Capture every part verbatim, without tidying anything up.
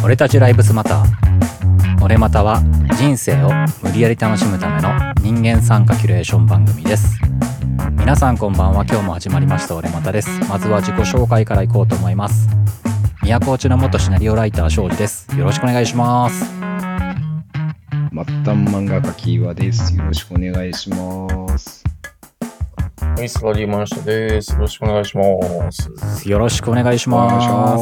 俺たちライブスマター。俺または人生を無理やり楽しむための人間参加キュレーション番組です。皆さんこんばんは。今日も始まりました俺またです。まずは自己紹介からいこうと思います。都落ちの元シナリオライター庄司です。よろしくお願いします。 末端漫画家キーワです。よろしくお願いします。 はい、スラリーマンシャです。よろしくお願いします。 よろしくお願いします。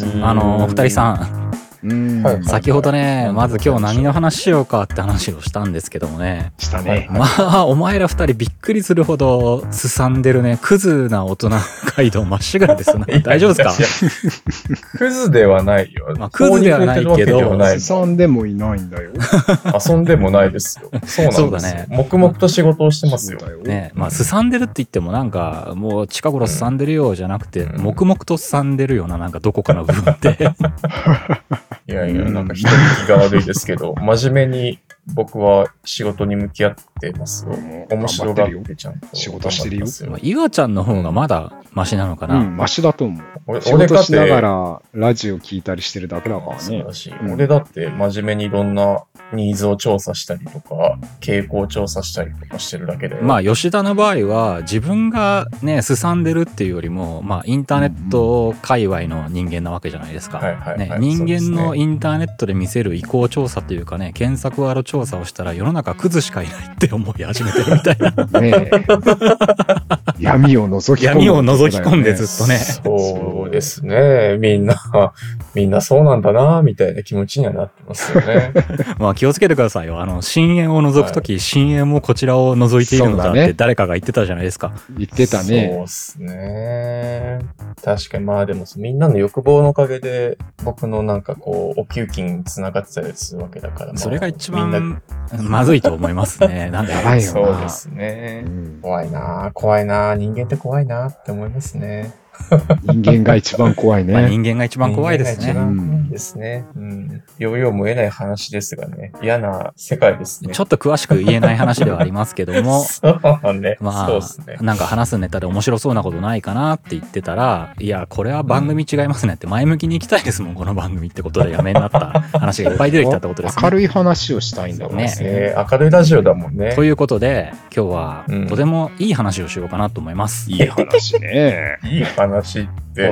あのお二人さん、うんはい、先ほどね、はい、まず今日何の話しようかって話をしたんですけどもね、 したね。 まあお前ら二人びっくりするほどすさんでるね、クズな大人街道まっしぐらですね。大丈夫ですか？ クズではないよ。 まあ、クズではないけど、 すさんでもいないんだよ。 遊んでもないですよ。そうなんですよ。そうだね。黙々と仕事をしてますよ。 ね、まあすさんでるって言ってもなんかもう近頃すさんでるようじゃなくて、うん、黙々とすさんでるようななんかどこかの部分で。 いやいや、なんか人聞きが悪いですけど、真面目に僕は仕事に向き合ってますよ。面白がってちゃんと仕事してるよ。 まあ、イワちゃんの方がまだマシなのかな。 うん、マシだと思う。俺仕事しながらラジオ聞いたりしてるだけだからね。 そうだし、うん、俺だって真面目にいろんなニーズを調査したりとか、傾向を調査したりとかしてるだけで。 まあ吉田の場合は自分がね、すさんでるっていうよりも、まあインターネット界隈の人間なわけじゃないですか。ね、人間のインターネットで見せる意向調査というかね、検索ワード調査をしたら世の中クズしかいないって思い始めてるみたいな。ねえ。 闇を覗き込んで、 闇を覗き込んでずっとね。 そうですね。みんな、みんなそうなんだな、みたいな気持ちにはなってますよね。 まあ気をつけてくださいよ。あの、深淵を覗くとき、はい、深淵もこちらを覗いているのだって誰かが言ってたじゃないですか。 言ってたね。 そうですね。確かにまあでもみんなの欲望のおかげで僕のなんかこう、お給金につながってたりするわけだから。まあ、 それが一番まずいと思いますね。なんかやばいよな。 そうですね。うん、怖いな、怖いな、人間って怖いなって思いますね。 人間が一番怖いね。 まあ、人間が一番怖いですね。 人間が一番怖いですね。うん。ようようも得ない話ですがね。嫌な世界ですね。 ちょっと詳しく言えない話ではありますけども。 そうね。 まあ、 そうですね。 なんか話すネタで面白そうなことないかなって言ってたら、いや、これは番組違いますねって前向きに行きたいですもん、この番組ってことでやめになった話がいっぱい出てきたってことですね。 明るい話をしたいんだもんね。 ね、明るいラジオだもんね。 ということで、今日はとてもいい話をしようかなと思います。 うん、いい話ね。 いい話って。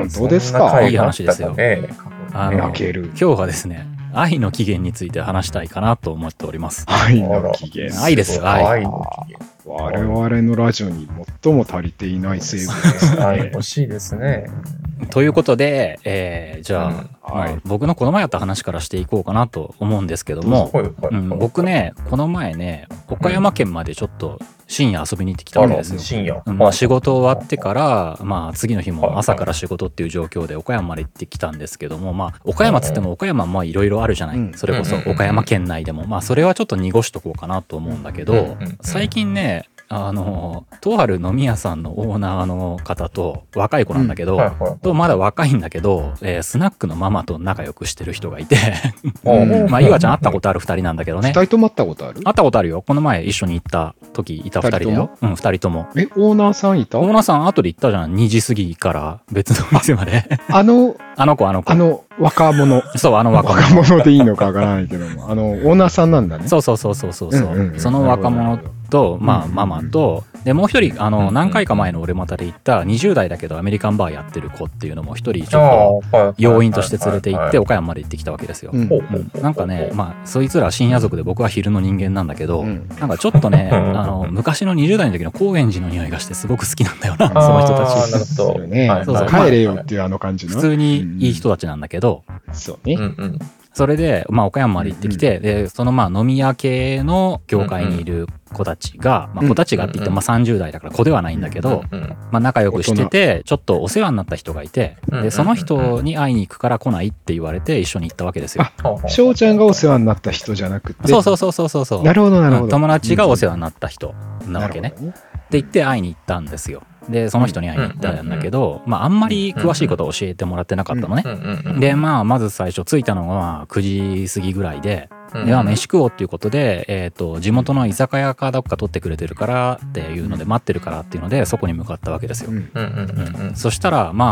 本当ですか？ いい話ですよ。 あの、今日はですね、愛の起源について話したいかなと思っております。 愛の起源。 愛ですよ、愛。 愛の起源。 我々のラジオに最も足りていない成分ですね。 愛欲しいですね。 ということで、えー、じゃあ、うんはい、僕のこの前やった話からしていこうかなと思うんですけども、うん、僕ね、この前ね、岡山県までちょっと深夜遊びに行ってきたわけですよ。 深夜。 まあ仕事終わってから、まあ次の日も朝から仕事っていう状況で岡山まで行ってきたんですけども、まあ岡山っつっても岡山まあいろいろあるじゃない。それこそ岡山県内でも、まあそれはちょっと濁しとこうかなと思うんだけど、最近ね、あのとある飲み屋さんのオーナーの方と若い子なんだけど、うんはいはい、とまだ若いんだけど、えー、スナックのママと仲良くしてる人がいてまあ岩ちゃん会ったことあるふたりなんだけどね。 ふたりとも会ったことある？ 会ったことあるよ。この前一緒に行った時いたふたりだよ。うん、ふたりとも。 え、オーナーさんいた？ オーナーさん後で行ったじゃん。にじ過ぎから別の店まであのあの子あの子あの若者そうあの若者若者でいいのかわからないけどもあのオーナーさんなんだね。 そうそうそうそうそう、うんうんうん、その若者とまあママとでもう一人あの何回か前の俺またで行ったにじゅう代だけどアメリカンバーやってる子っていうのも一人ちょっと要員として連れて行って岡山まで行ってきたわけですよ、うんうん、なんかねまあそいつら深夜族で僕は昼の人間なんだけど、うん、なんかちょっとねあの昔のにじゅう代の時の高円寺の匂いがしてすごく好きなんだよなその人たち。 なるほどね、はい、そうそう帰れよっていうあの感じの普通にいい人たちなんだけど、 うん、そうね、うんうんそれで、まあ、岡山まで行ってきて、うんうん、でそのまあ飲み屋系の業界にいる子たちが、うんうんまあ、子たちがって言ってもまあさんじゅう代だから子ではないんだけど、うんうんまあ、仲良くしててちょっとお世話になった人がいてでその人に会いに行くから来ないって言われて一緒に行ったわけですよ。 あ、翔ちゃんがお世話になった人じゃなくてそうそうそうそうそうそうなるほどなるほど、 友達がお世話になった人なわけね、うんうん、って言って会いに行ったんですよ。でその人に会いに行ったんだけど、まああんまり詳しいことを教えてもらってなかったのね。でまあまず最初着いたのがくじ過ぎぐらいで、でまあ飯食おうっていうことで、えーと地元の居酒屋かどっか取ってくれてるからっていうので待ってるからっていうのでそこに向かったわけですよ。そしたらまあ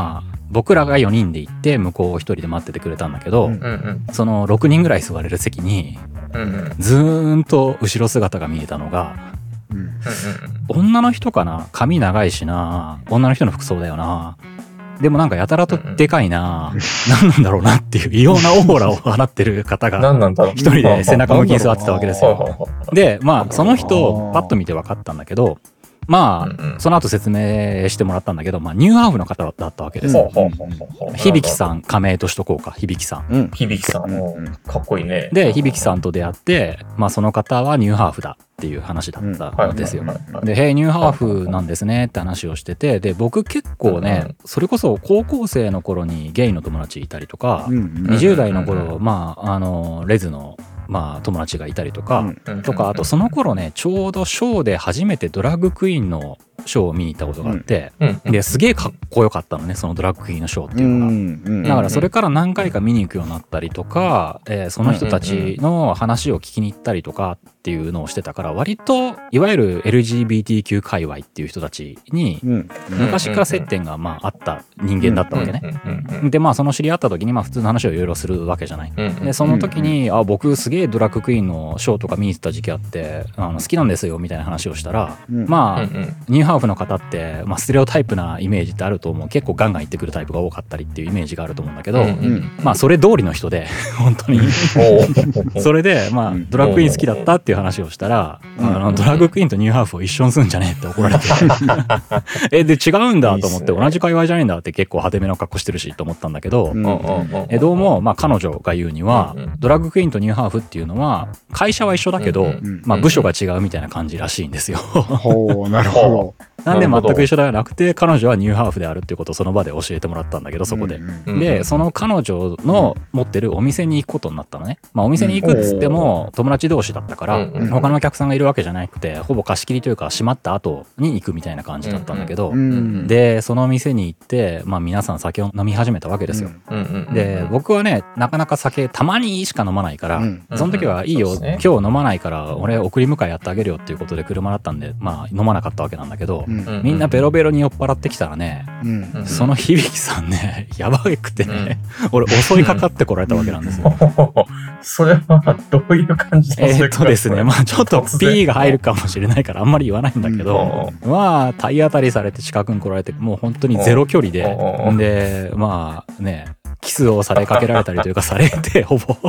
僕らがよにんで行って向こうひとりで待っててくれたんだけど、 うんうんうんそのろくにんぐらい座れる席にうんうんうんずーんと後ろ姿が見えたのが、 うん女の人かな、髪長いしな、女の人の服装だよな、でもなんかやたらとでかいな、何なんだろうなっていう異様なオーラを放ってる方が何なんだろう。 一人で背中向きに座ってたわけですよ。 はいはいはいでまあその人をパッと見て分かったんだけど、まうんうんあその後説明してもらったんだけど、まあニューハーフの方だったわけですよ。 ほうほうほうほう響さん、仮名としとこうか、響さん。 うん響さん、 うんうんかっこいいね。 で響さんと出会って、まあその方はニューハーフだっていう話だったんですよ。 はいはいはいで、へえ、ニューハーフなんですねって話をしてて、で、僕結構ね、 うんそれこそ高校生の頃にゲイの友達いたりとか、 うんにじゅう代の頃、 うんまあ、あの、レズの、まあ、友達がいたりとか、 うんとか、あとその頃ね、ちょうどショーで初めてドラッグクイーンのショーを見に行ったことがあって、 うんうんですげえかっこよかったのね、そのドラッグクイーンのショーってういうのが。 んだからそれから何回か見に行くようになったりとか、えーその人たちの話を聞きに行ったりとかっていうのをしてたから、割といわゆる エルジービーティーキュー 界隈っていう人たちにうん昔から接点がまああった人間だったわけね。 うんうんうんでまあその知り合った時にまあ普通の話をいろいろするわけじゃない。 うんうんでその時に、あ僕すげえドラッグクイーンのショーとか見に行った時期あってあの好きなんですよみたいな話をしたら、 うんまあ、 うんうんニューハーフの方って、まあ、ステレオタイプなイメージってあると思う。結構ガンガン言ってくるタイプが多かったりっていうイメージがあると思うんだけど、 うんうんまあそれ通りの人で本当におそれでまあうんドラッグクイーン好きだったっていう話をしたら、 うんあのドラッグクイーンとニューハーフを一緒にすんじゃねえって怒られてえで違うんだと思っていいっすね同じ界隈じゃねえんだって結構派手めの格好してるしと思ったんだけど、 うんえどうもまあ彼女が言うには、 うんうんドラッグクイーンとニューハーフっていうのは会社は一緒だけど、 うんうんまあ部署が違うみたいな感じらしいんですよほうなるほなんでなるほど全く一緒ではなくて彼女はニューハーフであるっていうことをその場で教えてもらったんだけどどそこで、 うんうんでその彼女の持ってるお店に行くことになったのね。まあお店に行くっつっても友達同士だったからうんうん他のお客さんがいるわけじゃなくてほぼ貸し切りというか閉まった後に行くみたいな感じだったんだけど、 うんうんでその店に行ってまあ皆さん酒を飲み始めたわけですよ。 うんうんうんで僕はねなかなか酒たまにしか飲まないから、 うんその時はいいよ、 そうですね今日飲まないから俺送り迎えやってあげるよっていうことで車だったんでまあ飲まなかったわけなんだけど、 うんうんみんなベロベロに酔っ払ってきたらね、 うんうんその響さんねやばくてね、 うん俺襲いかかってこられたわけなんですよ。 それはどういう感じのえーっとですね、まあちょっと突然 P が入るかもしれないからあんまり言わないんだけど、まあ体当たりされて近くに来られてもう本当にゼロ距離で、 うんでまあねキスをされかけられたりというかされてほぼ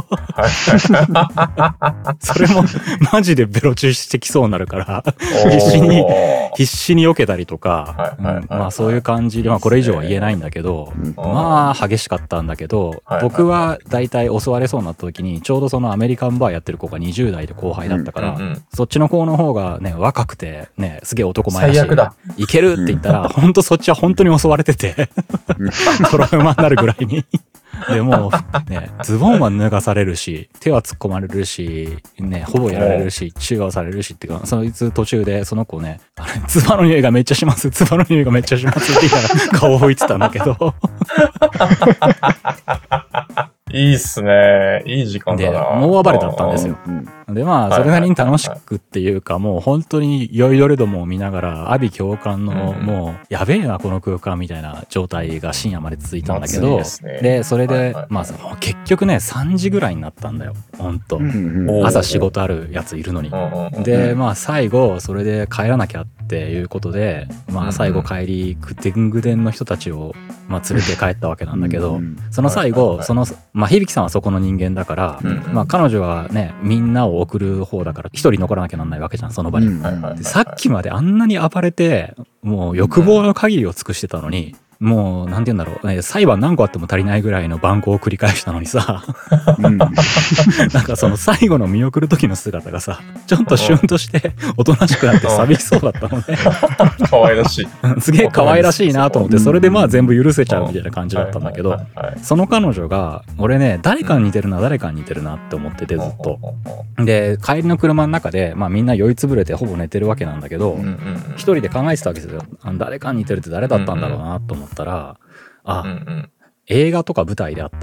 それもマジでベロチュしてきそうになるから必死に必死に避けたりとか、 はいはいはいうんまあそういう感じで、まあこれ以上は言えないんだけど、 うんまあ激しかったんだけど、 はい僕は大体襲われそうになった時にちょうどそのアメリカンバーやってる子がにじゅう代で後輩だったから、 うんうんそっちの子の方がね若くてねすげえ男前だし最悪だいけるって言ったら、本当そっちは本当に襲われててトラウマになるぐらいにでもうねズボンは脱がされるし手は突っ込まれるしねほぼやられるしチューはされるしっていうかそいつ途中でその子ねあれ唾の匂いがめっちゃします唾の匂いがめっちゃしますって言いながら顔を拭いてたんだけどいいっすね。いい時間でだな。 もう暴れだったんですよ。 うんでまあそれなりに楽しくっていうかもう本当に酔いどれどもを見ながら阿鼻共感のうんもうやべえなこの空間みたいな状態が深夜まで続いたんだけど、 まあそうですねでそれではいはいはいまあ結局ねさんじぐらいになったんだよ本当、 うんうんお朝仕事あるやついるのに。 うんうんうんでまあ最後それで帰らなきゃっていうことでまあ最後帰りぐでんぐでんの人たちをまあ連れて帰ったわけなんだけど、 うんその最はいはいはい後そのまあ響さんはそこの人間だから、 うんうんまあ彼女はねみんなを送る方だから一人残らなきゃなんないわけじゃんその場に。 うんはいはいはいでさっきまであんなに暴れてもう欲望の限りを尽くしてたのに、もうなんて言うんだろう、ね、裁判何個あっても足りないぐらいの蛮行を繰り返したのにさうんなんかその最後の見送る時の姿がさちょっとシュンとしておとなしくなって寂しそうだったのね可愛らしい。 すげえ可愛らしいなと思ってそれでまあ全部許せちゃうみたいな感じだったんだけど、 はいはいはいその彼女が俺ね誰かに似てるな誰かに似てるなって思っててずっと。で帰りの車の中で、まあ、みんな酔いつぶれてほぼ寝てるわけなんだけど、 うんうんうん一人で考えてたわけですよ。あ誰かに似てるって誰だったんだろうなと思ったら、あ、 うんうん映画とか舞台であった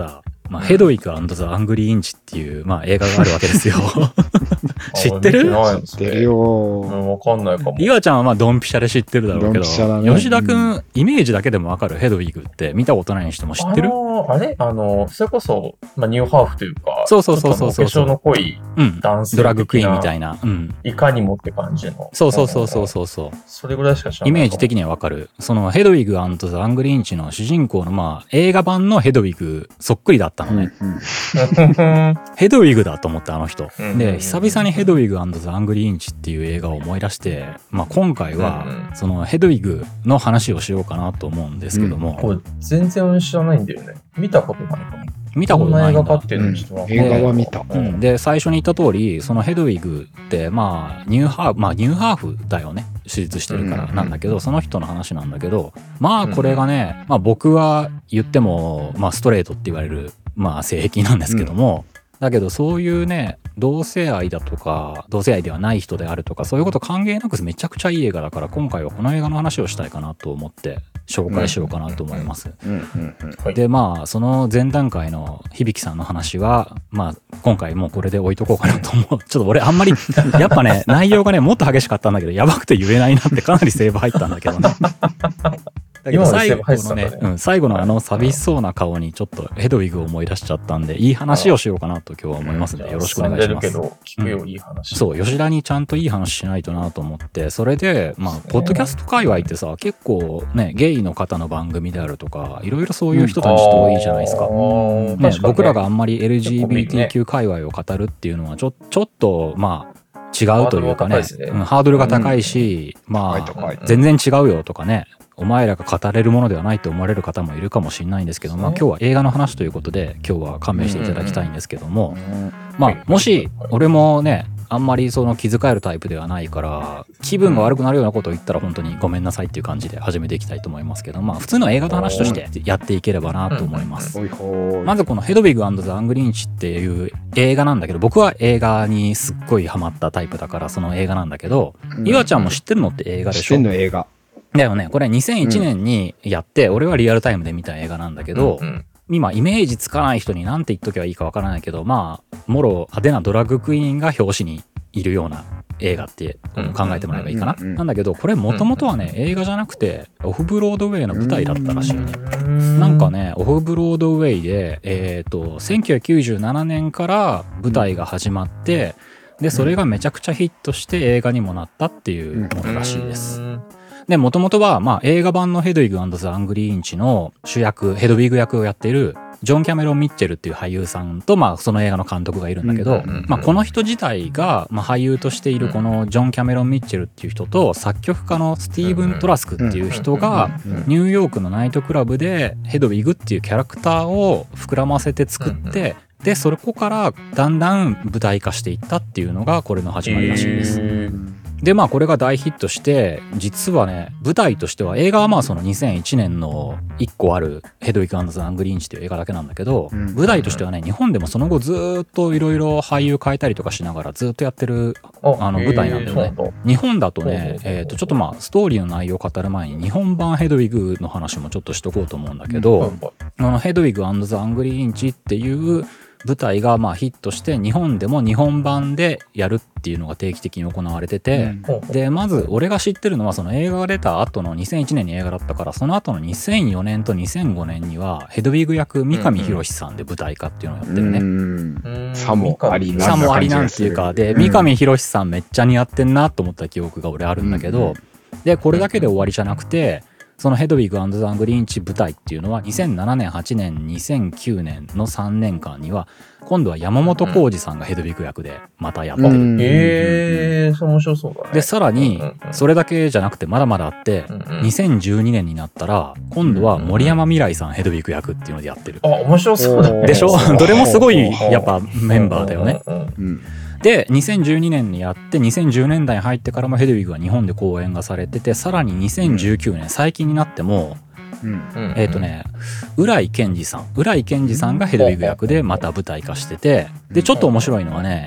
まあ、ヘドウィグ&ザ・アングリー・インチっていう、まあ、映画があるわけですよ。知ってる？ 知ってるよー。うん、わかんないかも。 岩ちゃんはまあドンピシャで知ってるだろうけど、 ね、 吉田くん、イメージだけでもわかるヘドウィグって見たことないにしても知ってる？ あのー、あれあのー、それこそ、まあ、ニューハーフというか、 そうそうそうそうそう。 お化粧の濃い男性、 うん、ドラッグクイーンみたいな。うん。 いかにもって感じの。 そうそうそうそうそうそう。 それぐらいしか知らない。 イメージ的にはわかる。そのヘドウィグ&ザ・アングリー・インチの主人公のまあ映画版のヘドウィグそっくりだったのね。うんうん、ヘドウィグだと思ってあの人。で、久々にヘドウィグ&ザ・アングリー・インチっていう映画を思い出して、まあ今回はそのヘドウィグの話をしようかなと思うんですけども。うん、 これ全然知らないんだよね。見たことないかも。 見たことないんだ。 映画かっていうのにしては、 うん、映画は見た。 うん、で最初に言った通りそのヘドウィグってまあニューハーフまあニューハーフだよね手術してるからなんだけど、うん、その人の話なんだけどまあこれがね、うん、まあ僕は言ってもまあストレートって言われるまあ性癖なんですけども、うん、だけどそういうね同性愛だとか同性愛ではない人であるとかそういうこと関係なくめちゃくちゃいい映画だから今回はこの映画の話をしたいかなと思って紹介しようかなと思います。でまあその前段階の響さんの話はまあ今回もうこれで置いとこうかなと思う。ちょっと俺あんまりやっぱね内容がねもっと激しかったんだけどやばくて言えないなってかなりセーブ入ったんだけどね。だけど最後のね、うん、最後のあの寂しそうな顔にちょっとヘドウィグを思い出しちゃったんでいい話をしようかなと今日は思いますのでよろしくお願いします。 聞くよいい話、 うん、そう吉田にちゃんといい話しないとなと思ってそれでまあポッドキャスト界隈ってさ結構ねゲイの方の番組であるとかいろいろそういう人たちと多いじゃないですか。うんね、僕らがあんまり エルジービーティーキュー 界隈を語るっていうのはちょちょっとまあ違うというかね、うん、ハードルが高いし、うん、まあ全然違うよとかねお前らが語れるものではないと思われる方もいるかもしれないんですけど、まあ今日は映画の話ということで今日は勘弁していただきたいんですけども、まあもし俺もねあんまりその気遣えるタイプではないから気分が悪くなるようなことを言ったら本当にごめんなさいっていう感じで始めていきたいと思いますけど、まあ普通の映画の話としてやっていければなと思います。まずこのヘドウィグ&ザ・アングリーンチっていう映画なんだけど僕は映画にすっごいハマったタイプだからその映画なんだけど、岩ちゃんも知ってるのって映画でしょ？ 知ってんの映画だよね。これにせんいちねんにやって、うん、俺はリアルタイムで見た映画なんだけど、うんうん、今イメージつかない人に何て言っとけばいいかわからないけどまあもろ派手なドラッグクイーンが表紙にいるような映画って考えてもらえばいいかな、うんうん、なんだけどこれもともとはね映画じゃなくてオフブロードウェイの舞台だったらしいね。なんかねオフブロードウェイでえっとせんきゅうひゃくきゅうじゅうななねんから舞台が始まってでそれがめちゃくちゃヒットして映画にもなったっていうものらしいです。で、もともとは、まあ、映画版のヘドウィグ&ザ・アングリー・インチの主役、ヘドウィグ役をやっている、ジョン・キャメロン・ミッチェルっていう俳優さんと、まあ、その映画の監督がいるんだけど、まあ、この人自体が、まあ、俳優としているこのジョン・キャメロン・ミッチェルっていう人と、作曲家のスティーブン・トラスクっていう人が、ニューヨークのナイトクラブで、ヘドウィグっていうキャラクターを膨らませて作って、で、そこからだんだん舞台化していったっていうのが、これの始まりらしいです。でまあこれが大ヒットして実はね舞台としては映画はまあそのにせんいちねんのいっこあるヘドウィグ&ザ・アングリーンチっていう映画だけなんだけど、うん、舞台としてはね日本でもその後ずっといろいろ俳優変えたりとかしながらずっとやってるあの舞台なんだよね。日本だとねえーとちょっとまあストーリーの内容を語る前に日本版ヘドウィグの話もちょっとしとこうと思うんだけど、うん、あのヘドウィグ&ザ・アングリーンチっていう舞台がまあヒットして日本でも日本版でやるっていうのが定期的に行われてて、うん、でまず俺が知ってるのはその映画が出た後のにせんいちねんに映画だったからその後のにせんよねんとにせんごねんにはヘドウィグ役三上博史さんで舞台化っていうのをやってるね。 うんさもありさもありなんていうかで、うん、三上博史さんめっちゃ似合ってんなと思った記憶が俺あるんだけど、うん、でこれだけで終わりじゃなくてそのヘドウィグ&ザ・アングリーンチ舞台っていうのはにせんななねんはちねんにせんきゅうねんのさんねんかんには今度は山本浩二さんがヘドウィグ役でまたやってる。 へえー、面白そうだね。 でさらにそれだけじゃなくてまだまだあってにせんじゅうにねんになったら今度は森山未來さんヘドウィグ役っていうのでやってる。 あ面白そうだね。 でしょどれもすごいやっぱメンバーだよね。でにせんじゅうにねんにやってにせんじゅうねんだいに入ってからもヘドウィグは日本で公演がされててさらににせんじゅうきゅうねん、うん、最近になっても、うん、えっ、ー、とね浦井健二さん浦井健二さんがヘドウィグ役でまた舞台化しててでちょっと面白いのはね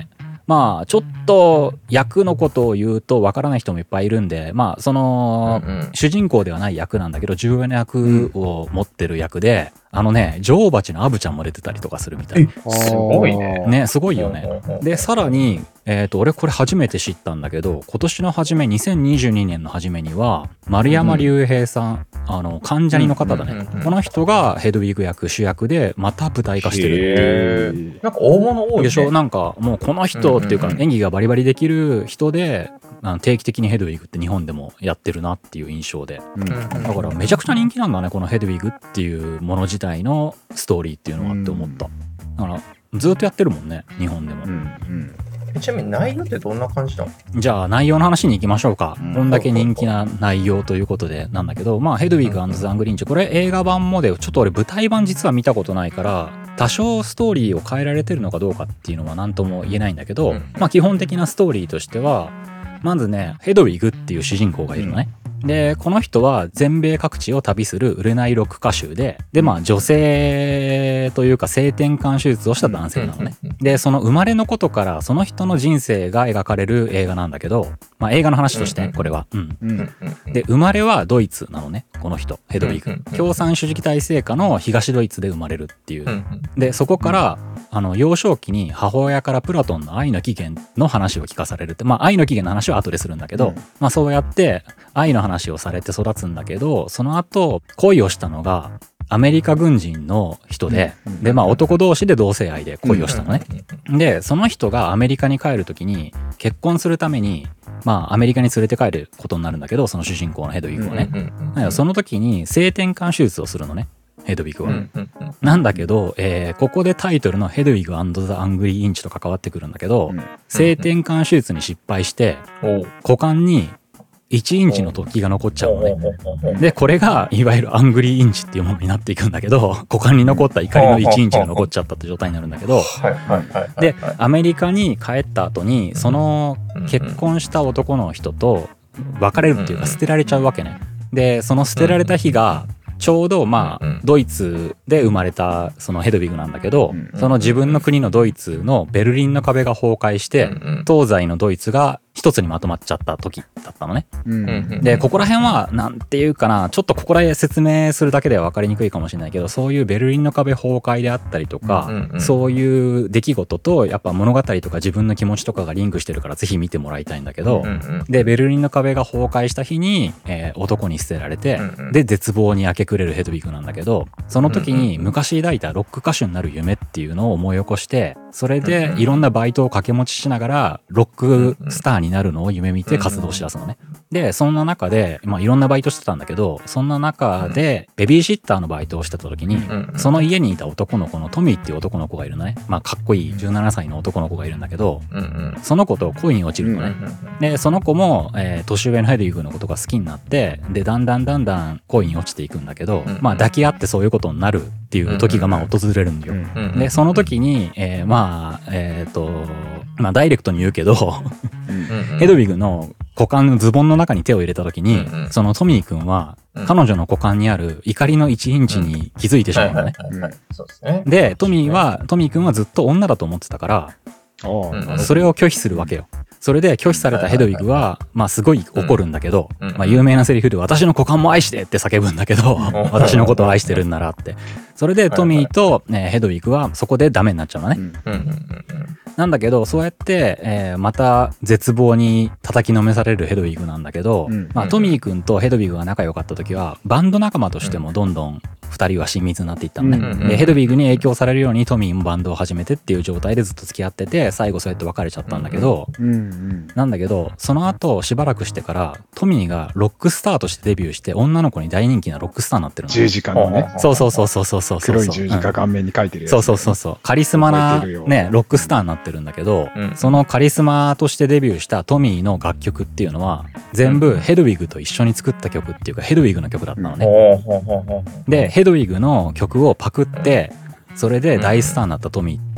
まあちょっと役のことを言うとわからない人もいっぱいいるんで、まあその、 うんうん、 主人公ではない役なんだけど重要な役を持ってる役で、あのね女王蜂のアブちゃんも出てたりとかするみたいな。 すごいね。 ね、すごいよね。でさらに、えーと、俺これ初めて知ったんだけど、今年の初めにせんにじゅうにねんの初めには丸山隆平さん、うん、あの関ジャニの方だね、うんうんうん、この人がヘドウィグ役主役でまた舞台化してるっていう。 なんか大物多いね。 でしょ。なんかもうこの人っていうか、演技がバリバリできる人であの定期的にヘドウィグって日本でもやってるなっていう印象で、うん、だからめちゃくちゃ人気なんだねこのヘドウィグっていうもの自体のストーリーっていうのはって思った。だからずっとやってるもんね日本でも、うんうん、ちなみに内容ってどんな感じなの？ じゃあ内容の話に行きましょうか、うん、こんだけ人気な内容ということでなんだけど、まあヘドウィグ&ザ・アングリーンチ、これ映画版もでちょっと俺舞台版実は見たことないから多少ストーリーを変えられてるのかどうかっていうのは何とも言えないんだけど、うん、まあ基本的なストーリーとしてはまずねヘドウィグっていう主人公がいるのね、うん、でこの人は全米各地を旅する売れないロック歌手ででまあ女性というか性転換手術をした男性なのね。でその生まれのことからその人の人生が描かれる映画なんだけど、まあ映画の話としてこれは、うんうん、で生まれはドイツなのねこの人ヘドウィグ、共産主義体制下の東ドイツで生まれるっていう。でそこからあの幼少期に母親からプラトンの愛の起源の話を聞かされるって、まあ愛の起源の話は後でするんだけど、うん、まあそうやって愛の話をされて育つんだけど、その後恋をしたのがアメリカ軍人の人で、うん、でまあ男同士で同性愛で恋をしたのね、うん、でその人がアメリカに帰る時に結婚するためにまあアメリカに連れて帰ることになるんだけど、その主人公のヘドウィグをね、うん、その時に性転換手術をするのねヘドウィグは、うんうんうん、なんだけど、えー、ここでタイトルのヘドウィグ&ザ・アングリー・インチと関わってくるんだけど、うん、性転換手術に失敗して、うん、股間にいちインチの突起が残っちゃうのね。でこれがいわゆるアングリーインチっていうものになっていくんだけど、股間に残った怒りのいちインチが残っちゃったって状態になるんだけど、でアメリカに帰った後にその結婚した男の人と別れるっていうか捨てられちゃうわけね。でその捨てられた日がちょうどまあドイツで生まれたそのヘドウィグなんだけど、その自分の国のドイツのベルリンの壁が崩壊して東西のドイツが一つにまとまっちゃった時だったのね、うん、でここら辺はなんていうかな、ちょっとここら辺説明するだけでは分かりにくいかもしれないけど、そういうベルリンの壁崩壊であったりとか、うんうん、そういう出来事とやっぱ物語とか自分の気持ちとかがリンクしてるからぜひ見てもらいたいんだけど、うんうん、でベルリンの壁が崩壊した日に、えー、男に捨てられて、うんうん、で絶望に明け暮れるヘドウィグなんだけど、その時に昔抱いたロック歌手になる夢っていうのを思い起こして、それでいろんなバイトを掛け持ちしながらロックスターになるのを夢見て活動しだすのね。でそんな中で、まあ、いろんなバイトしてたんだけど、そんな中でベビーシッターのバイトをしてた時に、その家にいた男の子のトミーっていう男の子がいるのね。まあかっこいいじゅうななさいの男の子がいるんだけど、その子と恋に落ちるのね。でその子も、えー、年上のヘドウィグのことが好きになって、でだんだんだんだん恋に落ちていくんだけど、まあ抱き合ってそういうことになるっていう時がまあ訪れるんだよ。でその時に、えー、まあえっとまあダイレクトに言うけどヘドウィグの股間のズボンの中に手を入れた時に、うんうん、そのトミー君は彼女の股間にある怒りのいちインチに気づいてしまうのね。でトミーはトミー君はずっと女だと思ってたから、うん、それを拒否するわけよ。それで拒否されたヘドウィグはまあすごい怒るんだけど、うん、まあ有名なセリフで私の股間も愛してって叫ぶんだけど、私のことを愛してるんならって。それでトミーと、ね、ヘドウィグはそこでダメになっちゃうのね。なんだけどそうやって、えー、また絶望に叩きのめされるヘドウィグなんだけど、まあ、トミー君とヘドウィグが仲良かった時はバンド仲間としてもどんどんふたりは親密になっていったのね、うんうんうん、でヘドウィグに影響されるようにトミーもバンドを始めてっていう状態でずっと付き合ってて、最後そうやって別れちゃったんだけど、うんうん、なんだけどその後しばらくしてからトミーがロックスターとしてデビューして女の子に大人気なロックスターになってるの。 十字架のね。 そうそうそうそうそうそうそう。 黒い十字架顔面に書いてるやつ、ね、 そうそうそうそう。カリスマなねロックスターになってるんだけど、うん、そのカリスマとしてデビューしたトミーの楽曲っていうのは全部ヘドウィグと一緒に作った曲っていうかヘドウィグの曲だったのね、うん、でヘドウィグの曲をパクってそれで大スターになったトミーっ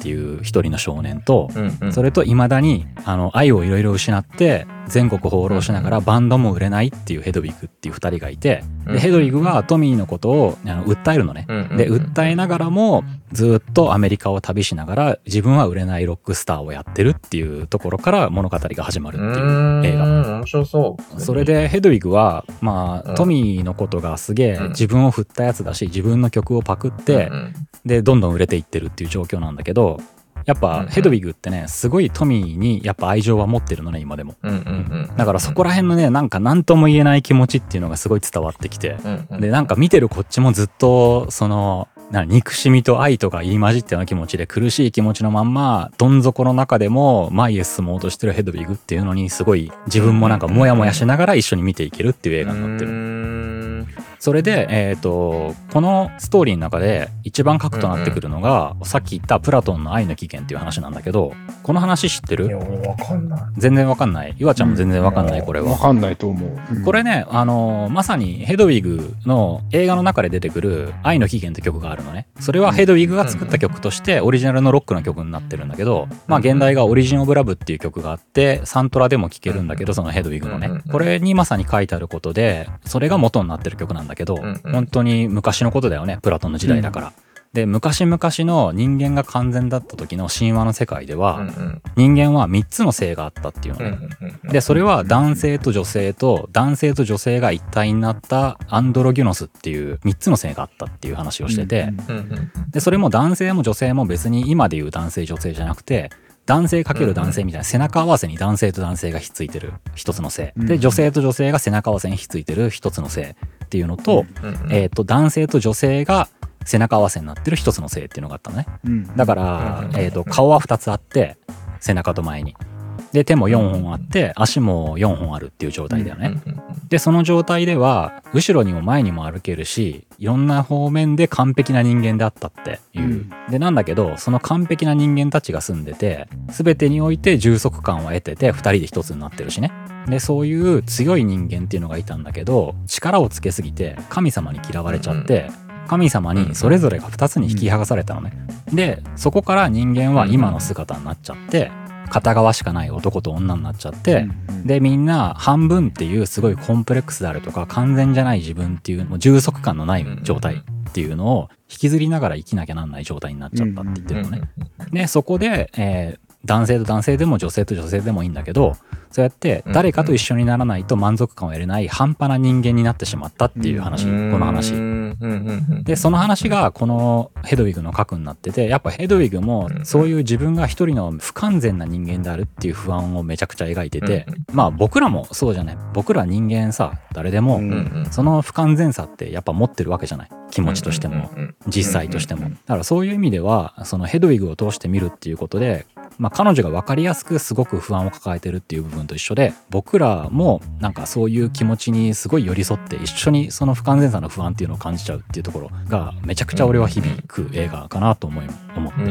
っていう一人の少年と、 うんうん、 それと未だにあの愛をいろいろ失って全国放浪しながらバンドも売れないっていうヘドウィグっていうふたりがいて、でヘドウィグはトミーのことをあの訴えるのね、で訴えながらもずっとアメリカを旅しながら自分は売れないロックスターをやってるっていうところから物語が始まるっていう映画。 面白そう。 それでヘドウィグはまあトミーのことがすげえ自分を振ったやつだし、自分の曲をパクってでどんどん売れていってるっていう状況なんだけど、やっぱヘドウィグってねすごいトミーにやっぱ愛情は持ってるのね今でも、うんうんうん、だからそこら辺のねなんか何とも言えない気持ちっていうのがすごい伝わってきて、うんうん、でなんか見てるこっちもずっとそのな憎しみと愛とか入り混じったような気持ちで苦しい気持ちのまんまどん底の中でも前へ進もうとしてるヘドウィグっていうのにすごい自分もなんかモヤモヤしながら一緒に見ていけるっていう映画になってる。それで、えーと、このストーリーの中で一番核となってくるのが、うんうん、さっき言ったプラトンの愛の起源っていう話なんだけど、この話知ってる？ いや、俺わかんない。 全然わかんない。ゆわちゃんも全然わかんない、うん、これは。 わかんないと思う。うん、 これね、あのー、まさにヘドウィグの映画の中で出てくる愛の起源って曲があるのね。それはヘドウィグが作った曲としてオリジナルのロックの曲になってるんだけど、まあ現代がオリジンオブラブっていう曲があって、サントラでも聴けるんだけど、そのヘドウィグのね。これにまさに書いてあることで、それが元になってる曲なんだけど、本当に昔のことだよね、プラトンの時代だから。うん、で昔々の人間が完全だった時の神話の世界では、うんうん、人間はみっつの性があったっていうのね、うんうん、でそれは男性と女性と男性と女性が一体になったアンドロギュノスっていうみっつの性があったっていう話をしてて、うんうん、でそれも男性も女性も別に今でいう男性女性じゃなくて男性かける男性みたいな背中合わせに男性と男性がひっついてる一つの性で、女性と女性が背中合わせにひっついてる一つの性っていうのと、えーと男性と女性が背中合わせになってる一つの性っていうのがあったのね、だから、えーと顔はふたつあって背中と前にで手もよんほんあって足もよんほんあるっていう状態だよね。でその状態では後ろにも前にも歩けるしいろんな方面で完璧な人間であったっていう、うん、でなんだけどその完璧な人間たちが住んでて全てにおいて充足感を得ててふたりで一つになってるしね。でそういう強い人間っていうのがいたんだけど力をつけすぎて神様に嫌われちゃって、うん、神様にそれぞれがふたつに引き剥がされたのね。でそこから人間は今の姿になっちゃって片側しかない男と女になっちゃって、うんうん、でみんな半分っていうすごいコンプレックスであるとか完全じゃない自分っていうもう充足感のない状態っていうのを引きずりながら生きなきゃなんない状態になっちゃったって言ってるのね。でそこで、えー、男性と男性でも女性と女性でもいいんだけどそうやって誰かと一緒にならないと満足感を得れない半端な人間になってしまったっていう話、この話でその話がこのヘドウィグの核になってて、やっぱヘドウィグもそういう自分が一人の不完全な人間であるっていう不安をめちゃくちゃ描いてて、まあ僕らもそうじゃない、僕ら人間さ誰でもその不完全さってやっぱ持ってるわけじゃない、気持ちとしても実際としても。だからそういう意味ではそのヘドウィグを通して見るっていうことで、まあ、彼女が分かりやすくすごく不安を抱えてるっていう部分と一緒で、僕らもなんかそういう気持ちにすごい寄り添って一緒にその不完全さの不安っていうのを感じちゃうっていうところがめちゃくちゃ俺は響く映画かなと思い思って、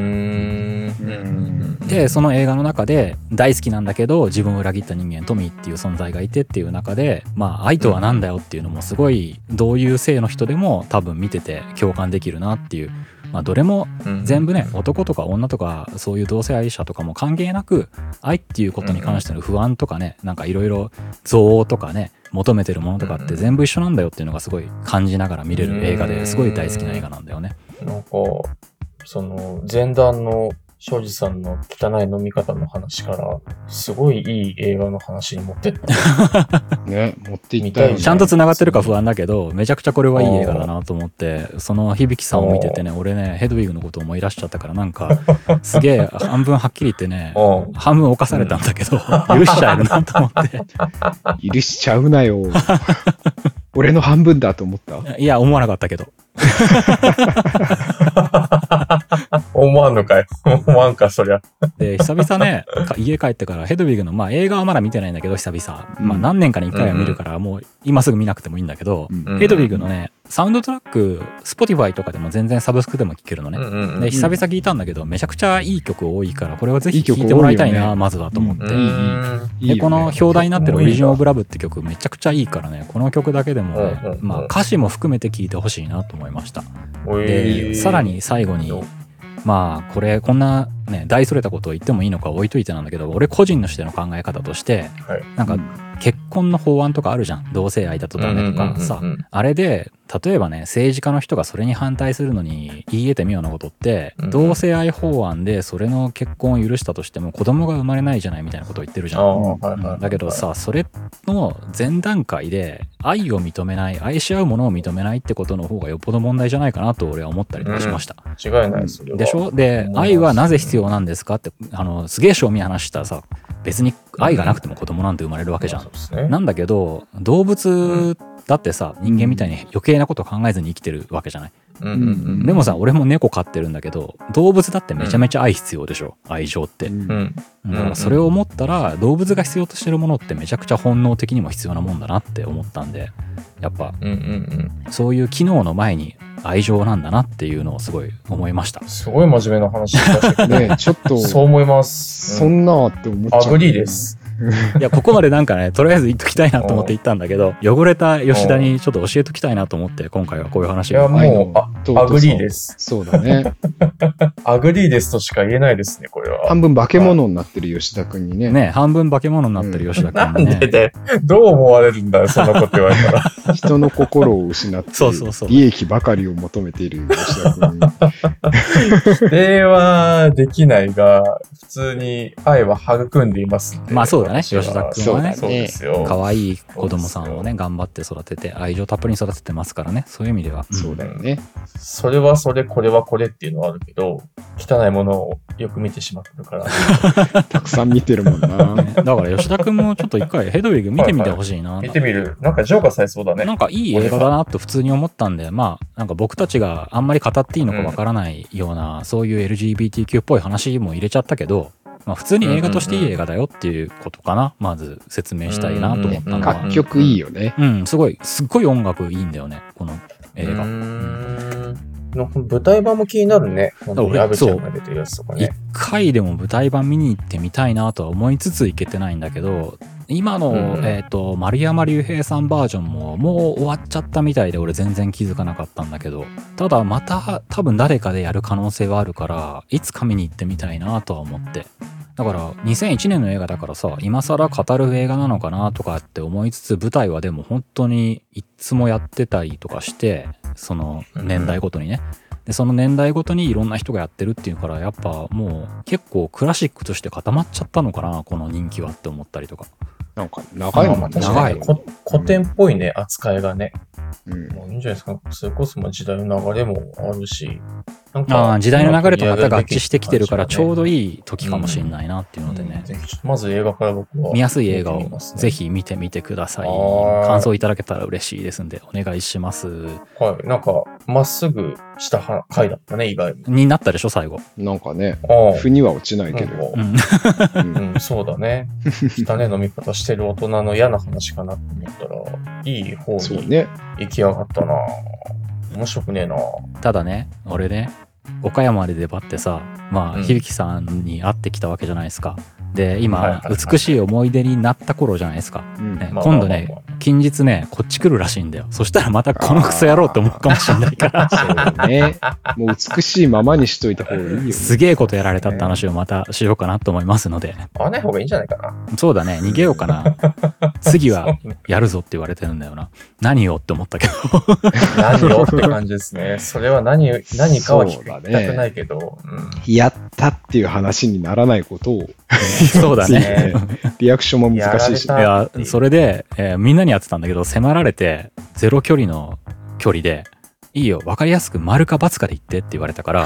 でその映画の中で大好きなんだけど自分を裏切った人間トミーっていう存在がいてっていう中で、まあ愛とはなんだよっていうのもすごいどういう性の人でも多分見てて共感できるなっていう、まあ、どれも全部ね、うん、男とか女とかそういう同性愛者とかも関係なく愛っていうことに関しての不安とかね、なんかいろいろ憎悪とかね求めてるものとかって全部一緒なんだよっていうのがすごい感じながら見れる映画ですごい大好きな映画なんだよね。 なんかその前段の庄司さんの汚い飲み方の話からすごいいい映画の話に持ってったね、持っていったよね。 ちゃんと繋がってるか不安だけどめちゃくちゃこれはいい映画だなと思って、その響さんを見ててね、俺ねヘドウィグのことを思い出しちゃったから、なんかすげえ半分はっきり言ってね半分犯されたんだけど、許しちゃえるなと思って許しちゃうなよ俺の半分だと思った。 いや思わなかったけど思わんのかよ思わんかそりゃ。 で久々ね家帰ってからヘドウィグの、まあ映画はまだ見てないんだけど久々、うん、まあ何年かにいっかいは見るからもう今すぐ見なくてもいいんだけど、うん、ヘドウィグのねサウンドトラック Spotify とかでも全然サブスクでも聴けるのね、うんうんうん、で久々聴いたんだけどめちゃくちゃいい曲多いからこれはぜひ聴いてもらいたいな、ね、まずはと思って、うんうん、でこの表題になってるオリジンオブラブって曲めちゃくちゃいいからね、この曲だけでもね、うんうんうん、まあ歌詞も含めて聴いてほしいなと思いました。でさらに最後にまあこれこんなね大それたことを言ってもいいのか置いといてなんだけど、俺個人のしての考え方として、 はい、 なんか結婚の法案とかあるじゃん、同性愛だとダメとかさ、あれで例えばね政治家の人がそれに反対するのに言い得てみようなことって、うん、同性愛法案でそれの結婚を許したとしても子供が生まれないじゃないみたいなことを言ってるじゃん、うん、だけどさそれの前段階で愛を認めない、愛し合うものを認めないってことの方がよっぽど問題じゃないかなと俺は思ったりとかしました、 うん、違いないですよでしょ。で愛はなぜ必要なんですかって、あのすげえ正味話したさ、別に愛がなくても子供なんて生まれるわけじゃん、うんね、なんだけど動物だってさ人間みたいに余計なこと考えずに生きてるわけじゃない、うんうんうん、でもさ俺も猫飼ってるんだけど動物だってめちゃめちゃ愛必要でしょ、うん、愛情って、うん、だからそれを思ったら動物が必要としてるものってめちゃくちゃ本能的にも必要なもんだなって思ったんで、やっぱ、うんうんうん、そういう機能の前に愛情なんだなっていうのをすごい思いました。 すごい真面目な話でしたけどね。 ちょっとそう思います。 そんなって思っちゃう。 アグリーです。 いやここまでなんかねとりあえず言っときたいなと思って言ったんだけど、汚れた吉田にちょっと教えときたいなと思って今回はこういう話を。 いやもうあアグリーです。 そうだね。 アグリーですとしか言えないですねこれは。 半分化け物になってる吉田くんにね。 ね半分化け物になってる吉田くんにね、うん、 なんででどう思われるんだよそんなこと言われたら。 人の心を失ってそうそうそう利益ばかりを求めている吉田くんに。 否定はできないが普通に愛は育んでいますんで。 まあそうだね吉田くんはね、 そうですよ。 可愛い子供さんをね頑張って育てて愛情たっぷりに育ててますからね、そういう意味では、 うん、そうだよね。 それはそれこれはこれっていうのはあるけど汚いものをよく見てしまってるからたくさん見てるもんな、 ね、だから吉田くんもちょっと一回ヘドウィグ見てみてほしいな、はいはい、 見てみる。なんか浄化されそうだね。 なんかいい映画だなと普通に思ったんで、まあなんか僕たちがあんまり語っていいのかわからないような、うん、そういう エルジービーティーキュー っぽい話も入れちゃったけど、まあ、普通に映画としていい映画だよっていうことかな、うんうんうん、まず説明したいなと思ったのは、 楽曲いいよね。 うん、すごいすっごい音楽いいんだよねこの映画。うーん舞台版も気になるね。俺アベちゃんが出てるやつとかね。 一回でも舞台版見に行ってみたいなとは思いつつ行けてないんだけど、今の、うんえーと、丸山隆平さんバージョンももう終わっちゃったみたいで俺全然気づかなかったんだけど、ただまた多分誰かでやる可能性はあるからいつか見に行ってみたいなとは思って、だからにせんいちねんの映画だからさ今更語る映画なのかなとかって思いつつ、舞台はでも本当にいつもやってたりとかしてその年代ごとにね、でその年代ごとにいろんな人がやってるっていうからやっぱもう結構クラシックとして固まっちゃったのかなこの人気はって思ったりとか。 なんか長いもんね。 長い。 古典っぽいね扱いがね。うん、もういいんじゃないですか。それこそ時代の流れもあるし、なんかあ時代の流れとまた合致してきてるからちょうどいい時かもしれないなっていうのでね、 うんうん、ぜひまず映画から僕は見やすい映画をぜひ見てみてください。感想いただけたら嬉しいですんでお願いします。 はい、なんかまっすぐした回だったね意外になったでしょ最後。 なんかね腑には落ちないけど、 うんうん、そうだね。汚ね飲み方してる大人の嫌な話かなと思ったらいい方に行き上がったな。面白くねえな。 ただね俺ね岡山で出張ってさ、まあ響さんに会ってきたわけじゃないですか。で今美しい思い出になった頃じゃないですか、うんね、今度ね近日ねこっち来るらしいんだよ。そしたらまたこのクソ野郎って思うかもしれないからそうね、もう美しいままにしといた方がいいよね。 すげえことやられたって話をまたしようかなと思いますので、 会わない方がいいんじゃないかな。 そうだね逃げようかな次はやるぞって言われてるんだよな。何をって思ったけど何をって感じですね。それは何何かは聞きたくないけど、う、ねうん、 やったっていう話にならないことをそうだねリアクションも難しいし、 ね、いやそれで、えー、みんなにやってたんだけど迫られてゼロ距離の距離でいいよ分かりやすく丸か×かで言ってって言われたから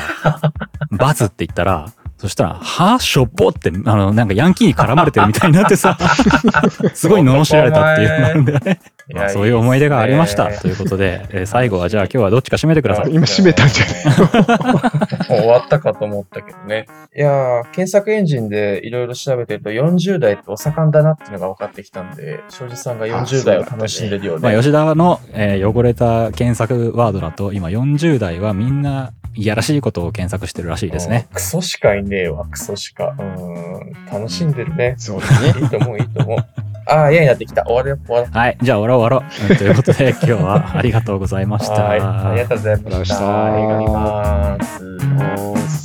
×って言ったらそしたらはぁしょっぽってあのなんかヤンキーに絡まれてるみたいになってさすごい罵られたっていうのがあるんだよね。まあ、そういう思い出がありましたということで、えー、最後はじゃあ今日はどっちか締めてください。 今締めたんじゃない終わったかと思ったけどね。いやー検索エンジンでいろいろ調べてるとよんじゅう代ってお盛んだなっていうのが分かってきたんで、庄司さんがよんじゅう代を楽しんでるよね。 まあ、吉田の、えー、汚れた検索ワードだと今よんじゅう代はみんないやらしいことを検索してるらしいですね。 クソしかいねえわ、クソしか。うーん、楽しんでるね。 そうだね。 いいと思う、いいと思う。ああ、嫌になってきた。終わるよ、終わる。 はい、じゃあ終わろう、終わろう。ということで、今日はありがとうございました。 はい、ありがとうございました。 ありがとうございました。 映画見ます。